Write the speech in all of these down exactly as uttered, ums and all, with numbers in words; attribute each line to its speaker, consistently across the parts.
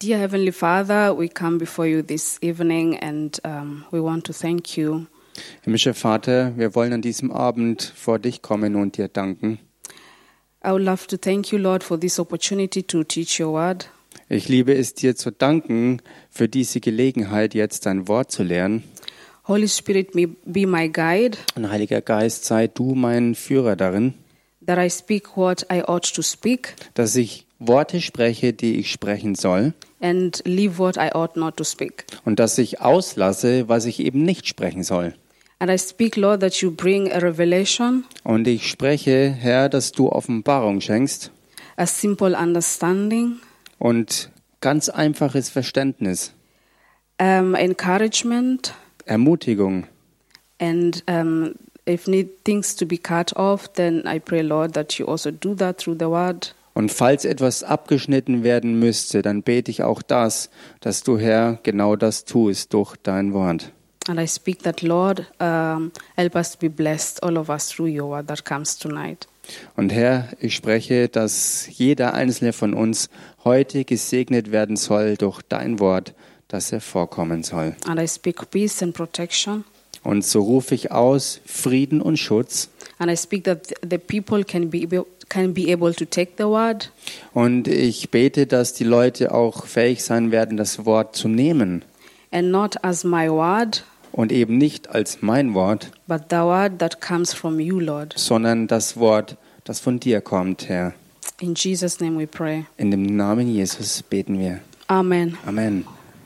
Speaker 1: Dear Heavenly Father, we come before you this evening and um, we want to thank you.
Speaker 2: Himmlischer Vater, wir wollen an diesem Abend vor dich kommen und dir danken.
Speaker 1: I would love to thank you, Lord, for this opportunity to teach your word.
Speaker 2: Ich liebe es, dir zu danken für diese Gelegenheit, jetzt dein Wort zu lernen.
Speaker 1: Holy Spirit, may be my guide,
Speaker 2: Und Heiliger Geist, sei du mein Führer darin,
Speaker 1: that I speak what I ought to speak
Speaker 2: dass ich Worte spreche, die ich sprechen soll,
Speaker 1: and leave what I ought not to speak.
Speaker 2: und dass ich auslasse, was ich eben nicht sprechen soll.
Speaker 1: And I speak, Lord, that you bring a revelation,
Speaker 2: Und ich spreche, Herr, dass du Offenbarung schenkst
Speaker 1: a simple understanding,
Speaker 2: und ganz einfaches Verständnis,
Speaker 1: um, encouragement,
Speaker 2: Ermutigung.
Speaker 1: and um, if need things to be cut off, then I pray, Lord, that you also do that through the word.
Speaker 2: Und falls etwas abgeschnitten werden müsste, dann bete ich auch das, dass du, Herr, genau das tust durch dein Wort.
Speaker 1: And I speak that, Lord, um, help us to be blessed, all of us, through your word that comes tonight.
Speaker 2: Und Herr, ich spreche, dass jeder einzelne von uns heute gesegnet werden soll durch dein Wort, das hervorkommen soll.
Speaker 1: And I speak peace and protection.
Speaker 2: Und so rufe ich aus Frieden und Schutz.
Speaker 1: And I speak that the people can be able, can be able to take the word.
Speaker 2: Und ich bete, dass die Leute auch fähig sein werden, das Wort zu nehmen.
Speaker 1: And not as my word,
Speaker 2: Und eben nicht als mein Wort,
Speaker 1: but the word that comes from you, Lord.
Speaker 2: sondern das Wort, das von dir kommt, Herr.
Speaker 1: In Jesus' name we pray.
Speaker 2: In dem Namen Jesus beten wir.
Speaker 1: Amen.
Speaker 2: Amen.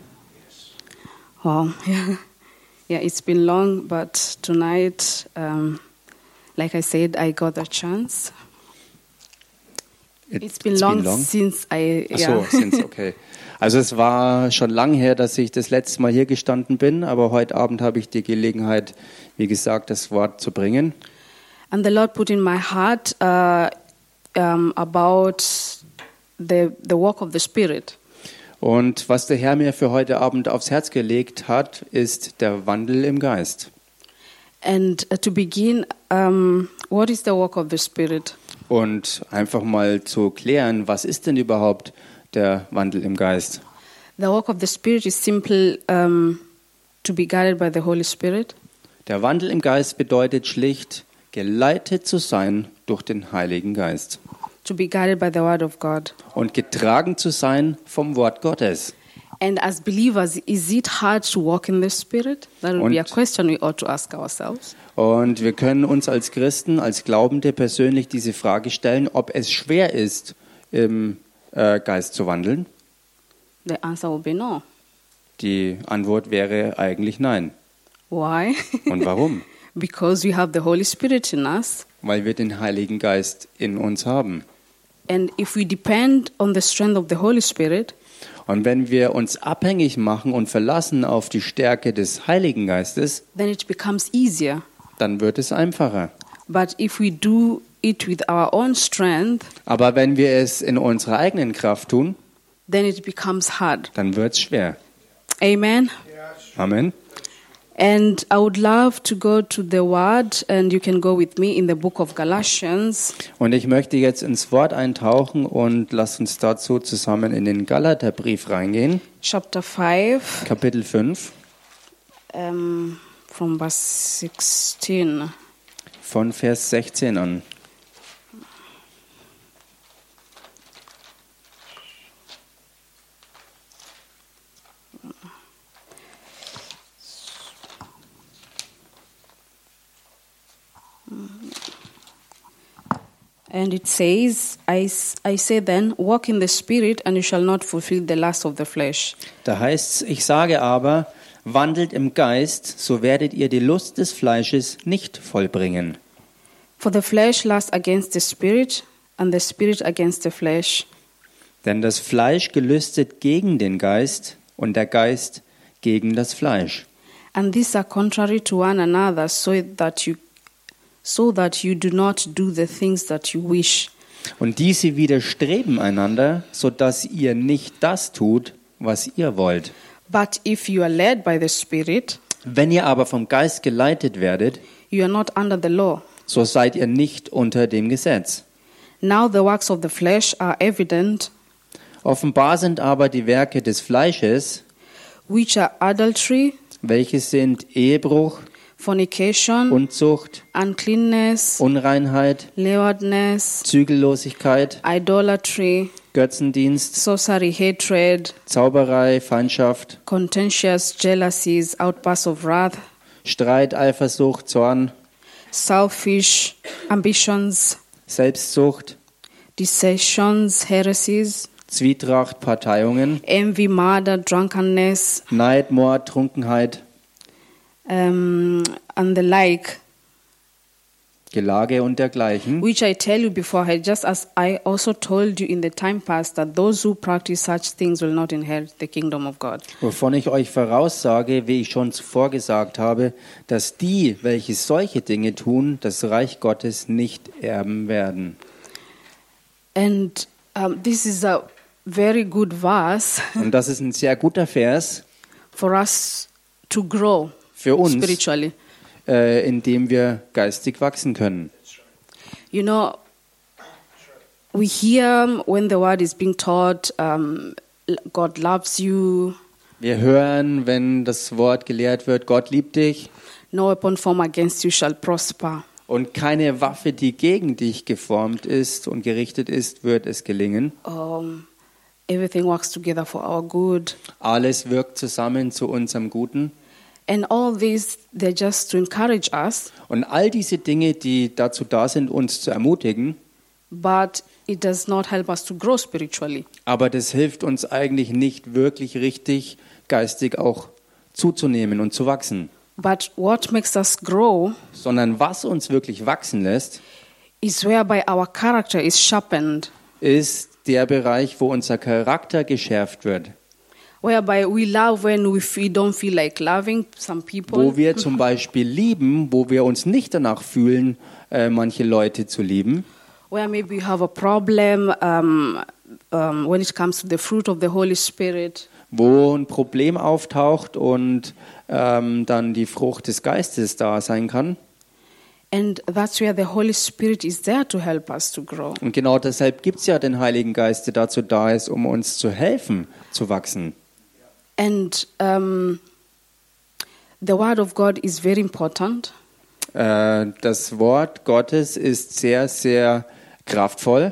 Speaker 1: Wow. Yeah, yeah it's been long, but tonight, um, like I said, I got a chance.
Speaker 2: It-
Speaker 1: It's been
Speaker 2: it's
Speaker 1: long,
Speaker 2: been long?
Speaker 1: since I,
Speaker 2: Ach
Speaker 1: yeah.
Speaker 2: so, sind's, okay. Also es war schon lang her, dass ich das letzte Mal hier gestanden bin, aber heute Abend habe ich die Gelegenheit, wie gesagt, das Wort zu bringen.
Speaker 1: And the Lord put in my heart uh, um, about the the work of the Spirit.
Speaker 2: Und was der Herr mir für heute Abend aufs Herz gelegt hat, ist der Wandel im Geist.
Speaker 1: And uh, to begin, um, what is the work of the Spirit?
Speaker 2: Und einfach mal zu klären, was ist denn überhaupt der Wandel im Geist?
Speaker 1: The work of the Spirit is simple um, to be guided by the Holy Spirit.
Speaker 2: Der Wandel im Geist bedeutet schlicht, geleitet zu sein durch den Heiligen Geist
Speaker 1: To be guided by the Word of God.
Speaker 2: und getragen zu sein vom Wort Gottes.
Speaker 1: And as believers, is it hard to walk in the Spirit? That would be a
Speaker 2: Und-
Speaker 1: question we ought to ask ourselves.
Speaker 2: Und wir können uns als Christen, als Glaubende persönlich diese Frage stellen, ob es schwer ist, im äh, Geist zu wandeln.
Speaker 1: The answer will be no.
Speaker 2: Die Antwort wäre eigentlich nein.
Speaker 1: Why?
Speaker 2: Und warum?
Speaker 1: Because we have the Holy Spirit in us.
Speaker 2: Weil wir den Heiligen Geist in uns haben.
Speaker 1: And if we depend on the strength of the Holy Spirit,
Speaker 2: Und wenn wir uns abhängig machen und verlassen auf die Stärke des Heiligen Geistes,
Speaker 1: then it becomes easier.
Speaker 2: dann wird es einfacher.
Speaker 1: But if we do it with our own strength,
Speaker 2: Aber wenn wir es in unserer eigenen Kraft tun,
Speaker 1: then it becomes hard.
Speaker 2: dann wird es schwer.
Speaker 1: Amen.
Speaker 2: Amen.
Speaker 1: And I would love to go to the Word, and you can go with me in the book of Galatians,
Speaker 2: Und ich möchte jetzt ins Wort eintauchen und lasst uns dazu zusammen in den Galaterbrief reingehen,
Speaker 1: chapter five,
Speaker 2: Kapitel fünf,
Speaker 1: um, from verse sixteen.
Speaker 2: von Vers sechzehn an.
Speaker 1: And it says, I, s- I say then, walk in the Spirit, and you shall not fulfill the lust of the flesh.
Speaker 2: Da heißt's, ich sage aber, wandelt im Geist, so werdet ihr die Lust des Fleisches nicht vollbringen.
Speaker 1: For the flesh lusts against the Spirit, and the Spirit against the flesh.
Speaker 2: Denn das Fleisch gelüstet gegen den Geist und der Geist gegen das Fleisch.
Speaker 1: And these are contrary to one another, so that you so that you do not do the things that you wish.
Speaker 2: Und diese widerstreben einander, so dass ihr nicht das tut, was ihr wollt.
Speaker 1: But if you are led by the Spirit,
Speaker 2: Wenn ihr aber vom Geist geleitet werdet,
Speaker 1: you are not under the law.
Speaker 2: so seid ihr nicht unter dem Gesetz.
Speaker 1: Now the works of the flesh are evident,
Speaker 2: Offenbar sind aber die Werke des Fleisches,
Speaker 1: which are adultery,
Speaker 2: welche sind Ehebruch,
Speaker 1: fornication,
Speaker 2: Unzucht,
Speaker 1: uncleanness,
Speaker 2: Unreinheit,
Speaker 1: lewdness,
Speaker 2: Zügellosigkeit,
Speaker 1: idolatry,
Speaker 2: Götzendienst,
Speaker 1: sorcery, hatred,
Speaker 2: Zauberei, Feindschaft,
Speaker 1: contentious jealousies, outbursts of wrath,
Speaker 2: Streit, Eifersucht, Zorn,
Speaker 1: selfish ambitions,
Speaker 2: Selbstsucht,
Speaker 1: dissensions, heresies,
Speaker 2: Zwietracht, Parteiungen,
Speaker 1: envy, murder, drunkenness,
Speaker 2: Neid, Mord, Trunkenheit,
Speaker 1: um, and the like,
Speaker 2: Gelage und dergleichen,
Speaker 1: which I tell you beforehand, just as I also told you in the time past, that those who practice such things will not inherit the kingdom of God.
Speaker 2: wovon ich euch voraussage, wie ich schon zuvor gesagt habe, dass die, welche solche Dinge tun, das Reich Gottes nicht erben werden.
Speaker 1: And um, this is a very good verse
Speaker 2: Und das ist ein sehr guter Vers
Speaker 1: for us to grow
Speaker 2: für uns,
Speaker 1: spiritually.
Speaker 2: äh, in dem wir geistig wachsen können.
Speaker 1: You know, we hear when the word is being taught, um, God loves you,
Speaker 2: Wir hören, wenn das Wort gelehrt wird, Gott liebt dich
Speaker 1: no weapon formed against you shall prosper.
Speaker 2: und keine Waffe, die gegen dich geformt ist und gerichtet ist, wird es gelingen.
Speaker 1: Um, everything works together for our good.
Speaker 2: Alles wirkt zusammen zu unserem Guten.
Speaker 1: And all these, they're just to encourage us,
Speaker 2: Und all diese Dinge, die dazu da sind, uns zu ermutigen,
Speaker 1: but it does not help us to grow spiritually.
Speaker 2: aber das hilft uns eigentlich nicht wirklich richtig, geistig auch zuzunehmen und zu wachsen.
Speaker 1: But what makes us grow
Speaker 2: Sondern was uns wirklich wachsen lässt,
Speaker 1: is whereby our character is sharpened,
Speaker 2: ist der Bereich, wo unser Charakter geschärft wird.
Speaker 1: whereby we love when we feel, don't feel like loving some people,
Speaker 2: Wo wir zum Beispiel lieben, wo wir uns nicht danach fühlen, äh, manche Leute zu lieben.
Speaker 1: where maybe we have a problem um, um, when it comes to the fruit of the Holy Spirit.
Speaker 2: Wo ein Problem auftaucht und ähm, dann die Frucht des Geistes da sein kann.
Speaker 1: And that's where the Holy Spirit is there to help us to grow.
Speaker 2: Und genau deshalb gibt es ja den Heiligen Geist, der dazu da ist, um uns zu helfen, zu wachsen.
Speaker 1: And um, the Word of God is very important.
Speaker 2: Äh, das Wort Gottes ist sehr, sehr kraftvoll.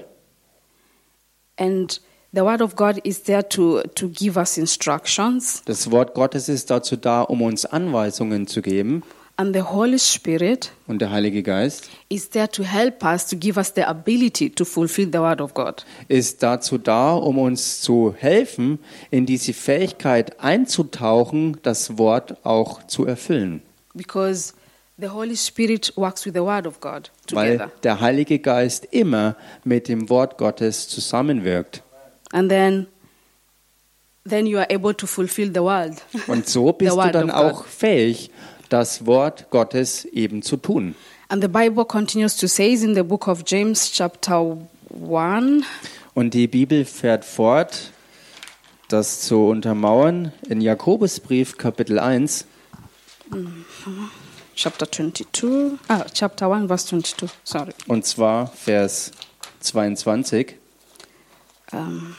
Speaker 1: And the Word of God is there to, to give us instructions.
Speaker 2: Das Wort Gottes ist dazu da, um uns Anweisungen zu geben.
Speaker 1: And the Holy Spirit
Speaker 2: Und der Heilige Geist
Speaker 1: is there to help us, to give us the ability to fulfill the Word of God.
Speaker 2: ist dazu da, um uns zu helfen, in diese Fähigkeit einzutauchen, das Wort auch zu erfüllen.
Speaker 1: Because the Holy Spirit works with the Word of God
Speaker 2: Weil
Speaker 1: together.
Speaker 2: der Heilige Geist immer mit dem Wort Gottes zusammenwirkt.
Speaker 1: And then, then you are able to fulfill the Word.
Speaker 2: Und so bist
Speaker 1: The
Speaker 2: du
Speaker 1: word
Speaker 2: dann
Speaker 1: of God.
Speaker 2: auch fähig, das Wort Gottes eben zu tun.
Speaker 1: And the Bible continues to say in the book of James chapter one,
Speaker 2: Und die Bibel fährt fort, das zu untermauern, in Jakobusbrief Kapitel eins,
Speaker 1: chapter twenty-two, ah, chapter one, verse twenty-two, sorry.
Speaker 2: und zwar Vers zweiundzwanzig.
Speaker 1: Um,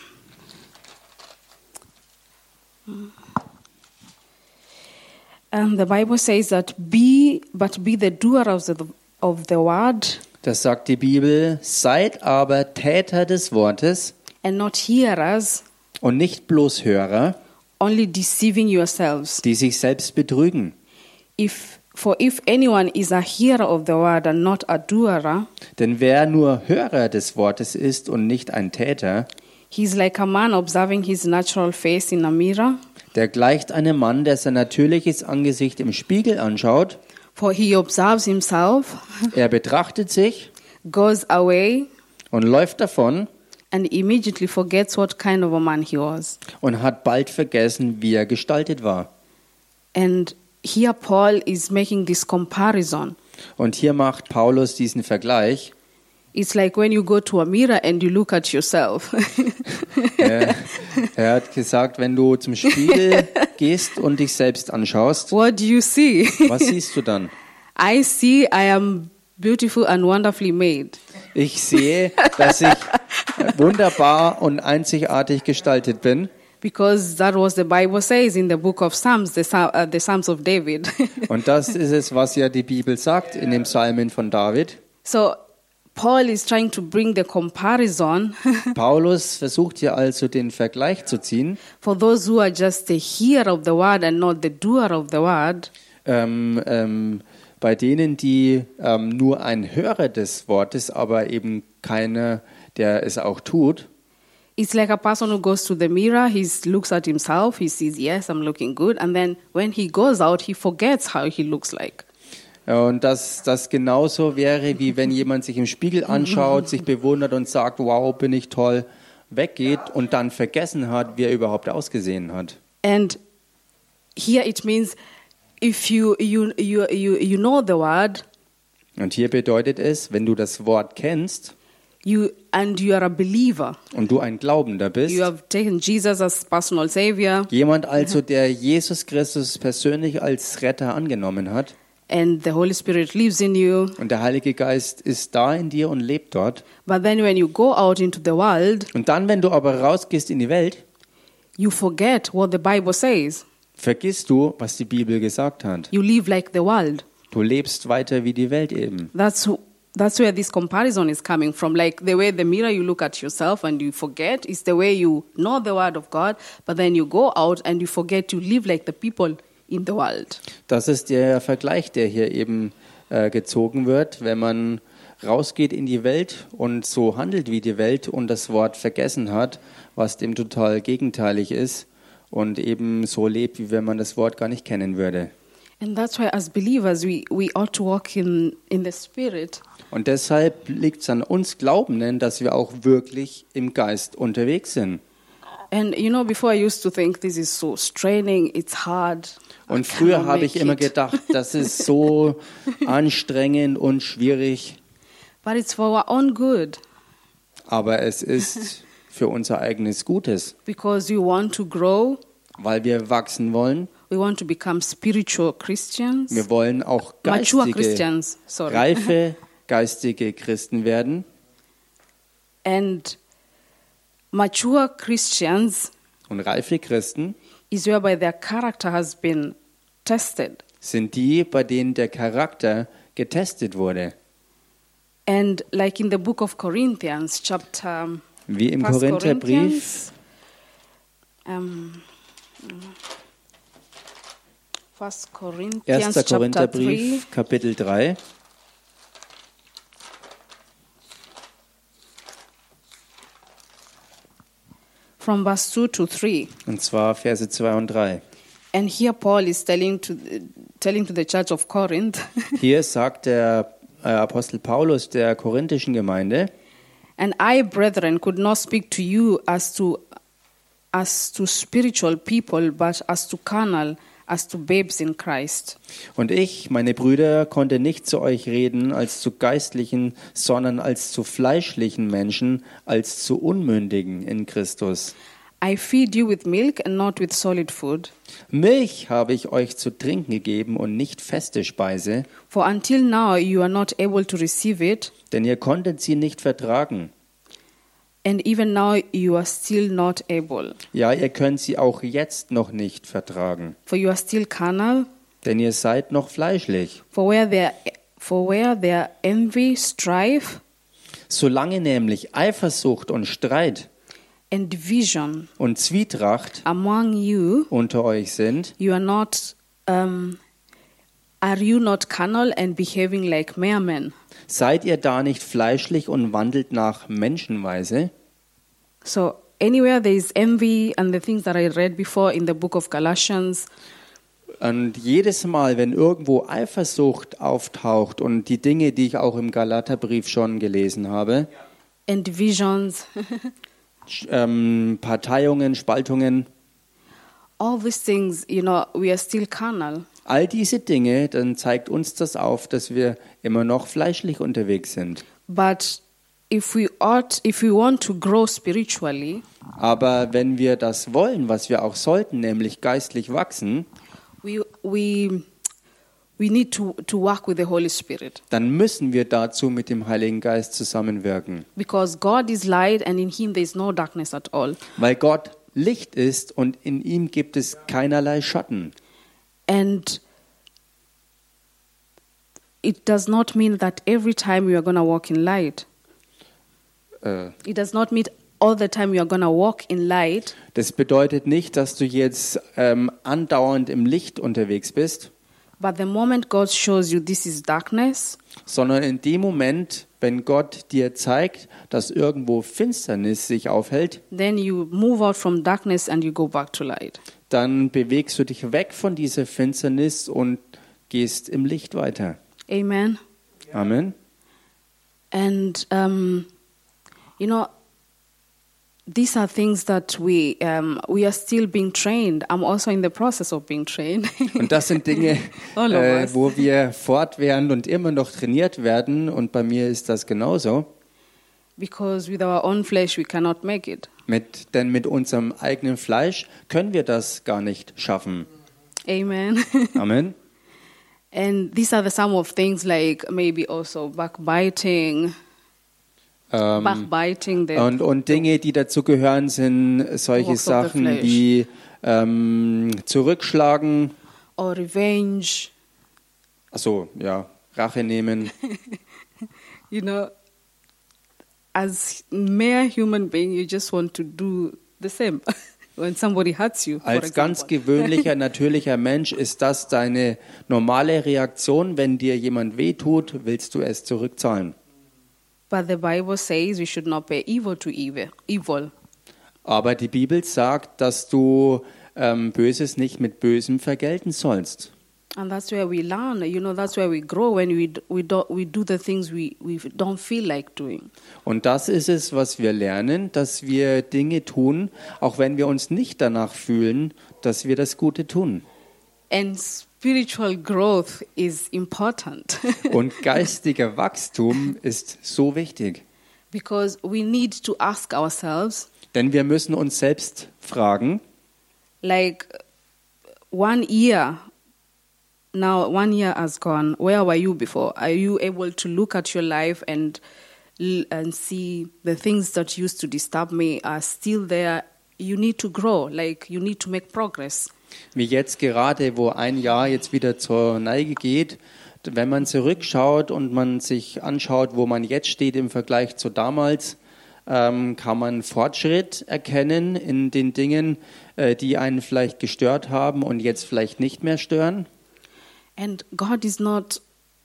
Speaker 1: and the Bible says that be, but be the doer of the, of the word
Speaker 2: Das sagt die Bibel, seid aber Täter des Wortes
Speaker 1: and not hearers,
Speaker 2: und nicht bloß Hörer,
Speaker 1: only deceiving yourselves.
Speaker 2: die sich selbst betrügen.
Speaker 1: If, for if anyone is a hearer of the word and not a doer,
Speaker 2: Denn wer nur Hörer des Wortes ist und nicht ein Täter,
Speaker 1: he is like a man observing his natural face in a mirror.
Speaker 2: der gleicht einem Mann, der sein natürliches Angesicht im Spiegel anschaut.
Speaker 1: For he observes himself,
Speaker 2: Er betrachtet sich
Speaker 1: goes away,
Speaker 2: und läuft davon
Speaker 1: and immediately forgets what kind of a man he was.
Speaker 2: und hat bald vergessen, wie er gestaltet war.
Speaker 1: And here Paul is making this comparison.
Speaker 2: Und hier macht Paulus diesen Vergleich.
Speaker 1: It's like when you go to a mirror and you look at yourself.
Speaker 2: Er, er hat gesagt, wenn du zum Spiegel gehst und dich selbst anschaust,
Speaker 1: What do you see?
Speaker 2: was siehst du dann?
Speaker 1: I see I am beautiful and wonderfully made.
Speaker 2: Ich sehe, dass ich wunderbar und einzigartig gestaltet bin.
Speaker 1: Because that was the Bible says in the book of Psalms, the, Psa- uh, the Psalms of David.
Speaker 2: Und das ist es, was ja die Bibel sagt in dem Psalmen von David.
Speaker 1: So Paul is trying to bring the comparison
Speaker 2: Paulus versucht hier also den Vergleich zu ziehen.
Speaker 1: for those who are just the hearer of the word and not the doer of the word.
Speaker 2: Ähm, ähm, bei denen, die ähm, nur ein Hörer des Wortes, aber eben keiner, der es auch tut.
Speaker 1: It's like a person who goes to the mirror, he looks at himself, he sees, yes, I'm looking good. And then when he goes out, he forgets how he looks like.
Speaker 2: Und dass das genauso wäre, wie wenn jemand sich im Spiegel anschaut, sich bewundert und sagt, wow, bin ich toll, weggeht und dann vergessen hat, wie er überhaupt ausgesehen hat.
Speaker 1: And here it means if you, you, you, you, you know the word,
Speaker 2: Und hier bedeutet es, wenn du das Wort kennst
Speaker 1: you and you are a believer,
Speaker 2: und du ein Glaubender bist,
Speaker 1: you have taken Jesus as personal savior,
Speaker 2: jemand also, der Jesus Christus persönlich als Retter angenommen hat,
Speaker 1: and the Holy Spirit lives in you.
Speaker 2: und der Heilige Geist ist da in dir und lebt dort.
Speaker 1: But then when you go out into the world,
Speaker 2: Und dann, wenn du aber rausgehst in die Welt,
Speaker 1: you forget what the Bible says.
Speaker 2: vergisst du, was die Bibel gesagt hat.
Speaker 1: You live like the world.
Speaker 2: Du lebst weiter wie die Welt eben.
Speaker 1: That's who, that's where this comparison is coming from. Like the way the mirror you look at yourself and you forget is the way you know the word of God, but then you go out and you forget to live like the people in the world.
Speaker 2: Das ist der Vergleich, der hier eben äh, gezogen wird, wenn man rausgeht in die Welt und so handelt wie die Welt und das Wort vergessen hat, was dem total gegenteilig ist und eben so lebt, wie wenn man das Wort gar nicht kennen würde.
Speaker 1: And that's why as believers we, we ought to walk in, in the Spirit.
Speaker 2: Und deshalb liegt es an uns Glaubenden, dass wir auch wirklich im Geist unterwegs sind.
Speaker 1: And you know, before I used to think this is so straining, it's hard. I
Speaker 2: Und früher
Speaker 1: cannot
Speaker 2: habe ich
Speaker 1: make
Speaker 2: immer
Speaker 1: it.
Speaker 2: gedacht, das ist so anstrengend und schwierig,
Speaker 1: But it's for our own good,
Speaker 2: aber es ist für unser eigenes Gutes,
Speaker 1: because we want to grow,
Speaker 2: weil wir wachsen wollen.
Speaker 1: we want to become spiritual Christians,
Speaker 2: Wir wollen auch
Speaker 1: mature
Speaker 2: geistige,
Speaker 1: Christians, sorry.
Speaker 2: reife geistige Christen werden.
Speaker 1: And mature Christians
Speaker 2: Und reife Christen
Speaker 1: is whereby their character has been tested.
Speaker 2: sind die, bei denen der Charakter getestet wurde.
Speaker 1: And like in the book of Corinthians, chapter
Speaker 2: Wie im
Speaker 1: First
Speaker 2: Korintherbrief,
Speaker 1: Corinthians, um, First Corinthians,
Speaker 2: erster
Speaker 1: chapter three,
Speaker 2: Korintherbrief, Kapitel drei.
Speaker 1: from verse two to three.
Speaker 2: Und zwar Verse zwei und drei.
Speaker 1: And here Paul is telling to telling to the church of Corinth,
Speaker 2: Hier sagt der äh, Apostel Paulus der korinthischen Gemeinde,
Speaker 1: and I, brethren, could not speak to you as to as to spiritual people, but as to carnal, as to babes in Christ.
Speaker 2: und ich, meine Brüder, konnte nicht zu euch reden als zu geistlichen, sondern als zu fleischlichen Menschen, als zu Unmündigen in Christus.
Speaker 1: I feed you with milk and not with solid food.
Speaker 2: Milch habe ich euch zu trinken gegeben und nicht feste Speise,
Speaker 1: For until now you are not able to receive it,
Speaker 2: denn ihr konntet sie nicht vertragen.
Speaker 1: and even now you are still not able.
Speaker 2: Ja, ihr könnt sie auch jetzt noch nicht vertragen,
Speaker 1: For you are still carnal.
Speaker 2: denn ihr seid noch fleischlich.
Speaker 1: For where there, for where there envy, strife,
Speaker 2: Solange nämlich Eifersucht und Streit
Speaker 1: and division
Speaker 2: und Zwietracht
Speaker 1: among you,
Speaker 2: unter euch sind,
Speaker 1: you are not. Um, are you not carnal and behaving like mere men?
Speaker 2: seid ihr da nicht fleischlich und wandelt nach Menschenweise?
Speaker 1: So anywhere there is envy and the things that I read before in the book of Galatians,
Speaker 2: Und jedes Mal, wenn irgendwo Eifersucht auftaucht und die Dinge, die ich auch im Galaterbrief schon gelesen habe,
Speaker 1: and divisions,
Speaker 2: Sch- ähm, Parteiungen, Spaltungen,
Speaker 1: all these things, you know, we are still carnal.
Speaker 2: all diese Dinge, dann zeigt uns das auf, dass wir immer noch fleischlich unterwegs sind.
Speaker 1: But if we ought, if we want to grow spiritually,
Speaker 2: Aber wenn wir das wollen, was wir auch sollten, nämlich geistlich wachsen,
Speaker 1: we we we need to, to work with the Holy Spirit.
Speaker 2: dann müssen wir dazu mit dem Heiligen Geist zusammenwirken.
Speaker 1: Because God is light and in him there is no darkness at all.
Speaker 2: Weil Gott Licht ist und in ihm gibt es keinerlei Schatten.
Speaker 1: And it does not mean that every time you are going to walk in light.
Speaker 2: Äh,
Speaker 1: It does not mean all the time you are going to walk in light.
Speaker 2: Das bedeutet nicht, dass du jetzt ähm, andauernd im Licht unterwegs bist,
Speaker 1: But the moment God shows you this is darkness,
Speaker 2: sondern in dem Moment, wenn Gott dir zeigt, dass irgendwo Finsternis sich aufhält,
Speaker 1: then you move out from darkness and you go back to light.
Speaker 2: dann bewegst du dich weg von dieser Finsternis und gehst im Licht weiter.
Speaker 1: Amen.
Speaker 2: Amen.
Speaker 1: And, um, you know, these are things that we um, we are still being trained. I'm also in the process of being trained.
Speaker 2: Und das sind Dinge,
Speaker 1: All of
Speaker 2: äh,
Speaker 1: us.
Speaker 2: wo wir fortwährend und immer noch trainiert werden. Und bei mir ist das genauso.
Speaker 1: Because with our own flesh we cannot make it.
Speaker 2: Mit, denn mit unserem eigenen Fleisch können wir das gar nicht schaffen.
Speaker 1: Amen.
Speaker 2: Amen.
Speaker 1: And these are the some of things like maybe also backbiting,
Speaker 2: Ähm,
Speaker 1: backbiting. The,
Speaker 2: und, und Dinge, die dazu gehören, sind solche
Speaker 1: Works of the
Speaker 2: Sachen
Speaker 1: flesh.
Speaker 2: wie ähm, Zurückschlagen,
Speaker 1: or revenge.
Speaker 2: also ja, Rache nehmen.
Speaker 1: You know, as mere human being, you just want to do the same. When somebody hurts you, for
Speaker 2: Als ganz
Speaker 1: example.
Speaker 2: gewöhnlicher, natürlicher Mensch ist das deine normale Reaktion. Wenn dir jemand wehtut, willst du es zurückzahlen.
Speaker 1: But the Bible says we should not pay evil to evil. Evil.
Speaker 2: Aber die Bibel sagt, dass du ähm, Böses nicht mit Bösem vergelten sollst.
Speaker 1: And that's where we learn. You know, that's where we grow when we d- we do we do the things we, we don't feel like doing.
Speaker 2: Und das ist es, was wir lernen, dass wir Dinge tun, auch wenn wir uns nicht danach fühlen, dass wir das Gute tun.
Speaker 1: And spiritual growth is important
Speaker 2: Und geistiger Wachstum ist so wichtig.
Speaker 1: because we need to ask ourselves,
Speaker 2: Denn wir müssen uns selbst fragen,
Speaker 1: like, one year, now one year has gone. Where were you before? Are you able to look at your life and l- and see the things that used to disturb me are still there? You need to grow. Like you need to make progress.
Speaker 2: wie jetzt gerade, wo ein Jahr jetzt wieder zur Neige geht, wenn man zurückschaut und man sich anschaut, wo man jetzt steht im Vergleich zu damals, ähm, kann man Fortschritt erkennen in den Dingen, äh, die einen vielleicht gestört haben und jetzt vielleicht nicht mehr stören.
Speaker 1: And God is not.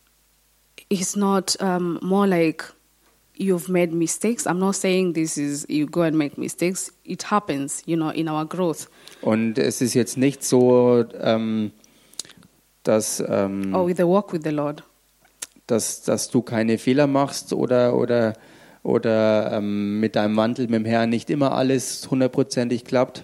Speaker 1: Is not um, more like you've made mistakes. I'm not saying this is you go and make mistakes. It happens, you know, in our growth.
Speaker 2: Und es ist jetzt nicht so, ähm, dass, ähm,
Speaker 1: Or with the walk with the Lord.
Speaker 2: dass, dass du keine Fehler machst oder, oder, oder ähm, mit deinem Wandel mit dem Herrn nicht immer alles hundertprozentig klappt.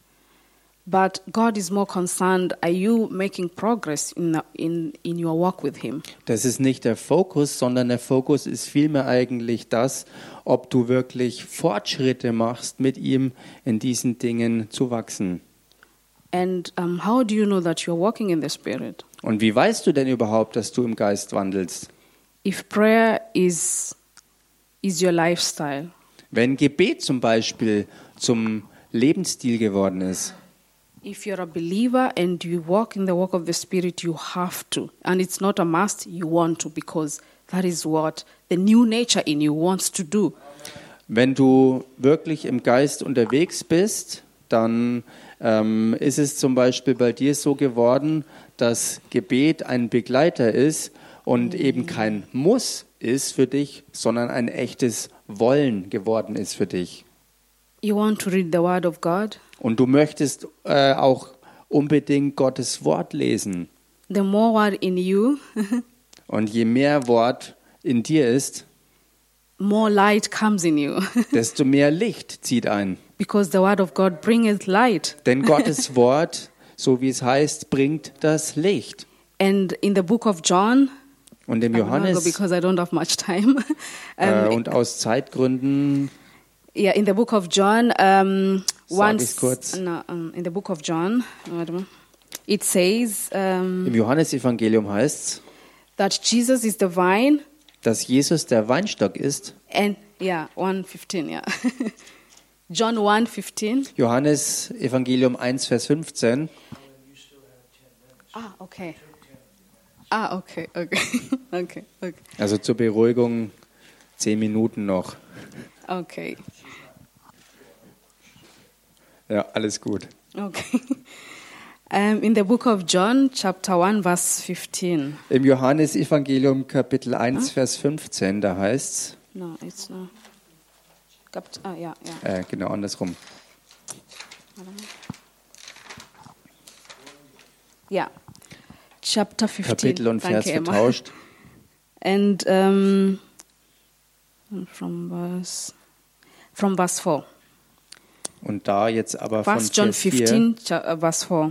Speaker 1: But God is more concerned, are you making progress in, in, in your walk with Him?
Speaker 2: Das ist nicht der Fokus, sondern der Fokus ist vielmehr eigentlich das, ob du wirklich Fortschritte machst, mit ihm in diesen Dingen zu wachsen.
Speaker 1: And um, how do you know that you're walking in the Spirit?
Speaker 2: Und wie weißt du denn überhaupt, dass du im Geist wandelst?
Speaker 1: If prayer is, is your lifestyle,
Speaker 2: Wenn Gebet zum Beispiel zum Lebensstil geworden ist,
Speaker 1: if you're a believer and you walk in the walk of the Spirit, you have to. And it's not a must, you want to, because that is what the new nature in you wants to do.
Speaker 2: wenn du wirklich im Geist unterwegs bist, dann ähm, ist es zum Beispiel bei dir so geworden, dass Gebet ein Begleiter ist und eben kein Muss ist für dich, sondern ein echtes Wollen geworden ist für dich.
Speaker 1: You want to read the Word of God?
Speaker 2: Und du möchtest äh, auch unbedingt Gottes Wort lesen.
Speaker 1: The more Word in you,
Speaker 2: Und je mehr Wort in dir ist,
Speaker 1: more light comes in you.
Speaker 2: desto mehr Licht zieht ein.
Speaker 1: Because the Word of God bringeth light.
Speaker 2: Denn Gottes Wort, so wie es heißt, bringt das Licht.
Speaker 1: And in the book of John,
Speaker 2: Und im
Speaker 1: I will not go
Speaker 2: Johannes,
Speaker 1: because I don't have much time.
Speaker 2: äh,
Speaker 1: um,
Speaker 2: und aus Zeitgründen,
Speaker 1: yeah, in the book of John, um,
Speaker 2: Sag
Speaker 1: once
Speaker 2: ich's kurz.
Speaker 1: no, um, in the book of John, warte mal. It says um,
Speaker 2: Im Johannesevangelium heißt es,
Speaker 1: that Jesus is the vine,
Speaker 2: dass Jesus der Weinstock ist.
Speaker 1: and yeah, one fifteen, yeah. John one fifteen.
Speaker 2: Johannes Evangelium eins, Vers fünfzehn.
Speaker 1: Ah, okay. Ah, okay, okay, okay, okay,
Speaker 2: Also zur Beruhigung zehn Minuten noch.
Speaker 1: okay,
Speaker 2: Ja, alles gut.
Speaker 1: okay. Um, in the book of John, chapter one, verse fifteen.
Speaker 2: Im Johannesevangelium Kapitel eins, Vers fünfzehn, da heißt es,
Speaker 1: No, it's not. Capt- ah, yeah, yeah.
Speaker 2: äh, genau andersrum.
Speaker 1: Yeah. Chapter fifteen.
Speaker 2: Kapitel und Vers
Speaker 1: Danke, Emma.
Speaker 2: vertauscht.
Speaker 1: And um, from verse from verse four.
Speaker 2: Und da jetzt aber von
Speaker 1: First John
Speaker 2: Vers vier,
Speaker 1: fifteen, cha- uh, verse four.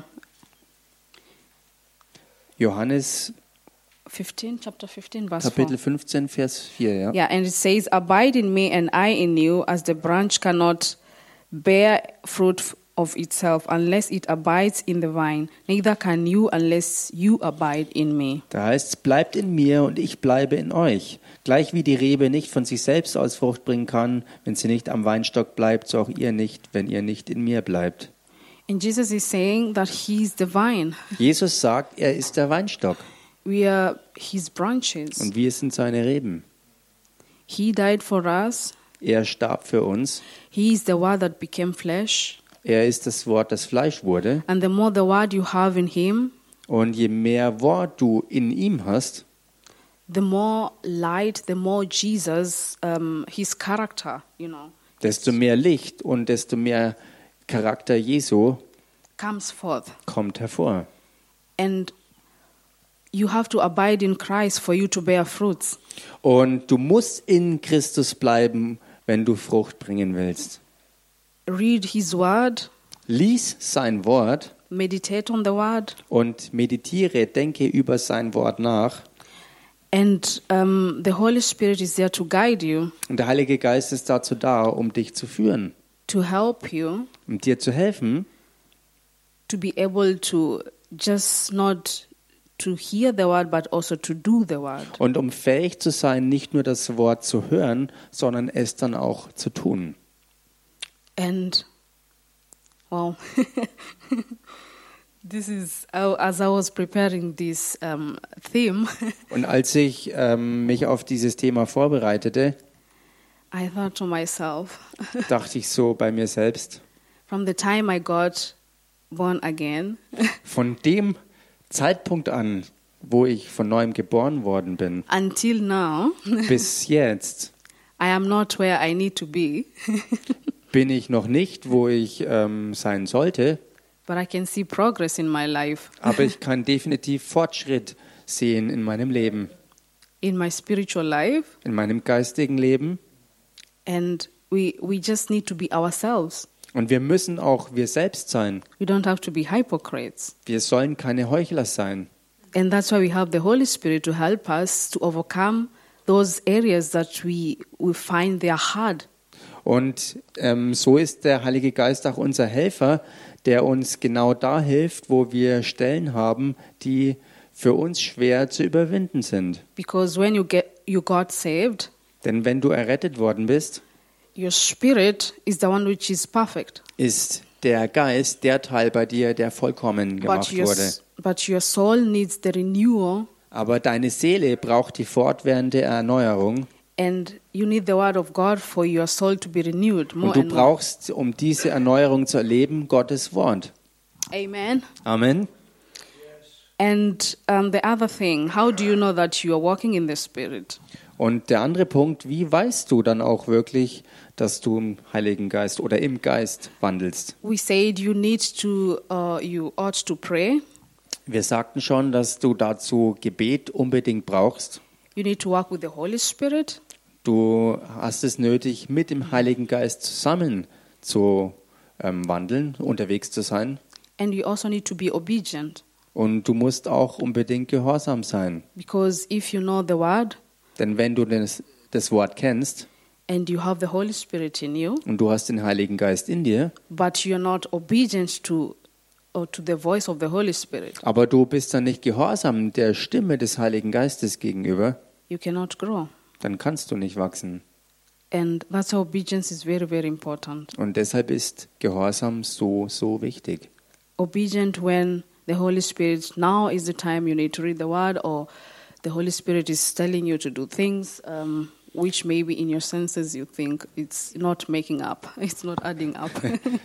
Speaker 2: Johannes
Speaker 1: fifteen, chapter fifteen, verse
Speaker 2: Kapitel
Speaker 1: four.
Speaker 2: fünfzehn, Vers vier, ja.
Speaker 1: Yeah, and it says, "Abide in me, and I in you, as the branch cannot bear fruit f- of itself unless it abides in the vine. Neither can you unless you abide in me."
Speaker 2: Da heißt es, bleibt in mir und ich bleibe in euch. Gleich wie die Rebe nicht von sich selbst aus Frucht bringen kann, wenn sie nicht am Weinstock bleibt, so auch ihr nicht, wenn ihr nicht in mir bleibt.
Speaker 1: And Jesus is saying that He's the vine.
Speaker 2: Jesus sagt, er ist der Weinstock
Speaker 1: We are His branches.
Speaker 2: und wir sind seine Reben.
Speaker 1: He died for us.
Speaker 2: Er starb für uns.
Speaker 1: He is the Word that became flesh.
Speaker 2: Er ist das Wort, das Fleisch wurde.
Speaker 1: And the more the Word you have in Him,
Speaker 2: Und je mehr Wort du in ihm hast,
Speaker 1: the more light, the more Jesus, um, His character, you know,
Speaker 2: desto mehr Licht und desto mehr Charakter Jesu
Speaker 1: comes forth.
Speaker 2: kommt hervor.
Speaker 1: And you have to abide in Christ for you to bear fruits.
Speaker 2: Und du musst in Christus bleiben, wenn du Frucht bringen willst.
Speaker 1: Read His Word,
Speaker 2: Lies sein Wort
Speaker 1: meditate on the Word,
Speaker 2: und meditiere, denke über sein Wort nach.
Speaker 1: and um, the Holy Spirit is there to guide you,
Speaker 2: Und der Heilige Geist ist dazu da, um dich zu führen,
Speaker 1: to help you,
Speaker 2: um dir zu helfen,
Speaker 1: to be able to just not to hear the Word, but also to do the Word.
Speaker 2: und um fähig zu sein, nicht nur das Wort zu hören, sondern es dann auch zu tun.
Speaker 1: And, well, this is, as I was preparing this um, theme,
Speaker 2: Und als ich ähm, mich auf dieses Thema vorbereitete,
Speaker 1: I thought to myself,
Speaker 2: dachte ich so bei mir selbst,
Speaker 1: from the time I got born again,
Speaker 2: von dem Zeitpunkt an, wo ich von neuem geboren worden bin,
Speaker 1: until now,
Speaker 2: bis jetzt,
Speaker 1: I am not where I need to be,
Speaker 2: bin ich noch nicht, wo ich ähm, sein sollte,
Speaker 1: but I can see progress in my life,
Speaker 2: aber ich kann definitiv Fortschritt sehen in meinem Leben,
Speaker 1: in my spiritual life,
Speaker 2: in meinem geistigen Leben.
Speaker 1: and we we just need to be ourselves.
Speaker 2: Und wir müssen auch wir selbst sein.
Speaker 1: We don't have to be hypocrites.
Speaker 2: Wir sollen keine Heuchler sein.
Speaker 1: And that's why we have the Holy Spirit to help us to overcome those areas that we, we find they are hard.
Speaker 2: Und ähm, so ist der Heilige Geist auch unser Helfer, der uns genau da hilft, wo wir Stellen haben, die für uns schwer zu überwinden sind.
Speaker 1: Because when you get you got saved,
Speaker 2: Denn wenn du errettet worden bist,
Speaker 1: your spirit is the one which is perfect.
Speaker 2: ist der Geist der Teil bei dir, der vollkommen
Speaker 1: But
Speaker 2: gemacht
Speaker 1: your,
Speaker 2: wurde.
Speaker 1: but your soul needs the renewal,
Speaker 2: Aber deine Seele braucht die fortwährende Erneuerung.
Speaker 1: and you need the word of God for your soul to be renewed more
Speaker 2: Und du
Speaker 1: and more.
Speaker 2: brauchst, um diese Erneuerung zu erleben, Gottes Wort.
Speaker 1: Amen.
Speaker 2: Amen.
Speaker 1: And um, the other thing, how do you know that you are walking in the Spirit?
Speaker 2: Und der andere Punkt, wie weißt du dann auch wirklich, dass du im Heiligen Geist oder im Geist wandelst?
Speaker 1: We said you need to, uh, you ought to pray.
Speaker 2: Wir sagten schon, dass du dazu Gebet unbedingt brauchst.
Speaker 1: You need to walk with the Holy Spirit.
Speaker 2: Du hast es nötig, mit dem Heiligen Geist zusammen zu ähm, wandeln, unterwegs zu sein.
Speaker 1: And you also need to be obedient.
Speaker 2: Und du musst auch unbedingt gehorsam sein.
Speaker 1: Because if you know the word
Speaker 2: Denn wenn du das, das Wort kennst
Speaker 1: and you have the Holy Spirit in you,
Speaker 2: und du hast den Heiligen Geist in dir,
Speaker 1: but you're not obedient to or to the voice of the Holy Spirit,
Speaker 2: aber du bist dann nicht gehorsam der Stimme des Heiligen Geistes gegenüber,
Speaker 1: you cannot grow.
Speaker 2: dann kannst du nicht wachsen.
Speaker 1: And that's why obedience is very, very important.
Speaker 2: Und deshalb ist Gehorsam so, so wichtig.
Speaker 1: Obedient when the Holy Spirit, now is the time you need to read the Word, or the Holy Spirit is telling you to do things um, which maybe in your senses you think it's not making up, it's not adding up.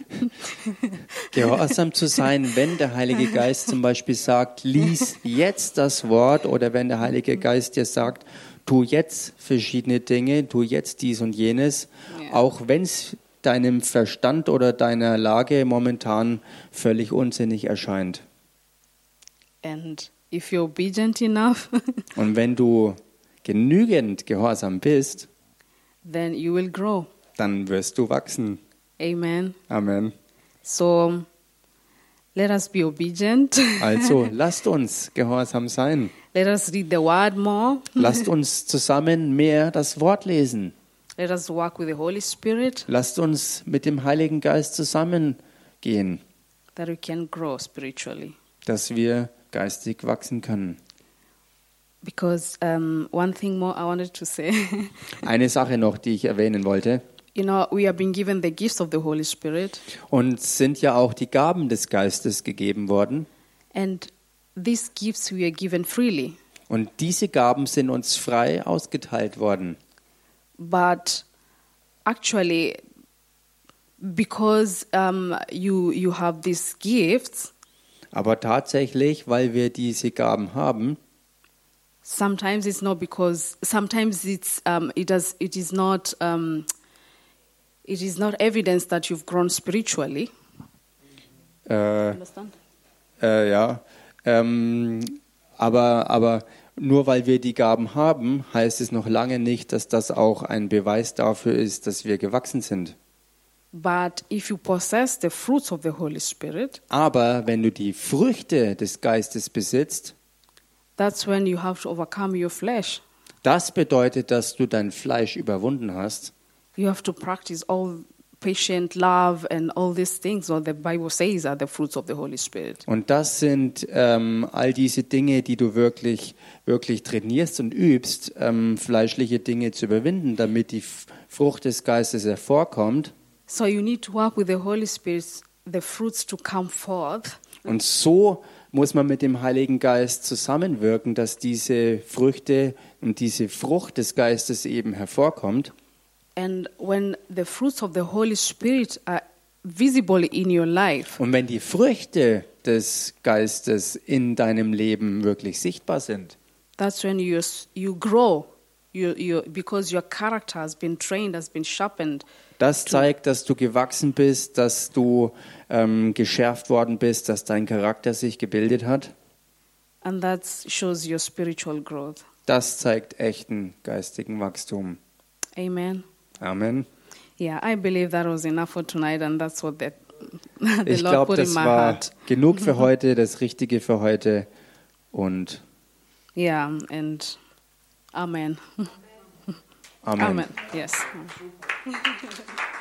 Speaker 2: Gehorsam zu sein, wenn der Heilige Geist zum Beispiel sagt, lies jetzt das Wort, oder wenn der Heilige Geist dir sagt, tu jetzt verschiedene Dinge, tu jetzt dies und jenes,
Speaker 1: Ja.
Speaker 2: auch wenn es deinem Verstand oder deiner Lage momentan völlig unsinnig erscheint.
Speaker 1: And if you're obedient enough,
Speaker 2: Und wenn du genügend gehorsam bist,
Speaker 1: then you will grow.
Speaker 2: dann wirst du wachsen.
Speaker 1: Amen.
Speaker 2: Amen.
Speaker 1: So let us be obedient.
Speaker 2: Also lasst uns gehorsam sein.
Speaker 1: Let us read the Word more.
Speaker 2: Lasst uns zusammen mehr das Wort lesen.
Speaker 1: Let us walk with the Holy Spirit,
Speaker 2: Lasst uns mit dem Heiligen Geist zusammengehen,
Speaker 1: that we can grow spiritually.
Speaker 2: dass wir geistig wachsen können.
Speaker 1: Because um, one thing more I wanted to say,
Speaker 2: Eine Sache noch, die ich erwähnen wollte.
Speaker 1: you know, we have been given the gifts of the Holy Spirit,
Speaker 2: Uns sind ja auch die Gaben des Geistes gegeben worden.
Speaker 1: and these gifts we are given freely.
Speaker 2: Und diese Gaben sind uns frei ausgeteilt worden.
Speaker 1: But actually, because um, you you have these gifts,
Speaker 2: Aber tatsächlich, weil wir diese Gaben haben,
Speaker 1: sometimes it's not because sometimes it's um, it does it is not um, it is not evidence that you've grown spiritually.
Speaker 2: äh,
Speaker 1: Understand?
Speaker 2: äh, ja, ähm, aber, aber nur weil wir die Gaben haben, heißt es noch lange nicht, dass das auch ein Beweis dafür ist, dass wir gewachsen sind.
Speaker 1: But if you possess the fruits of the Holy Spirit,
Speaker 2: Aber wenn du die Früchte des Geistes besitzt,
Speaker 1: that's when you have to overcome your flesh.
Speaker 2: das bedeutet, dass du dein Fleisch überwunden hast.
Speaker 1: You have to practice all patient love and all these things what the Bible says are the fruits of the Holy Spirit.
Speaker 2: Und das sind ähm, all diese Dinge, die du wirklich, wirklich trainierst und übst, ähm, fleischliche Dinge zu überwinden, damit die F- Frucht des Geistes hervorkommt.
Speaker 1: So you need to work with the Holy Spirit, the fruits to come forth.
Speaker 2: Und so muss man mit dem Heiligen Geist zusammenwirken, dass diese Früchte und diese Frucht des Geistes eben hervorkommt.
Speaker 1: And when the fruits of the Holy Spirit are visible in your life,
Speaker 2: Und wenn die Früchte des Geistes in deinem Leben wirklich sichtbar sind,
Speaker 1: that's when you you grow. You, you, because your character has been trained, has been sharpened.
Speaker 2: das zeigt, dass du gewachsen bist, dass du ähm, geschärft worden bist, dass dein Charakter sich gebildet hat.
Speaker 1: And that shows your spiritual growth.
Speaker 2: Das zeigt echten geistigen Wachstum.
Speaker 1: Amen.
Speaker 2: Amen.
Speaker 1: Yeah, I believe that was enough for tonight, and that's what the, the
Speaker 2: Ich
Speaker 1: Lord
Speaker 2: glaube,
Speaker 1: put in
Speaker 2: das
Speaker 1: my
Speaker 2: war
Speaker 1: heart.
Speaker 2: genug für heute, das Richtige für heute. Und
Speaker 1: Yeah, and Amen.
Speaker 2: Amen.
Speaker 1: Amen. Yes.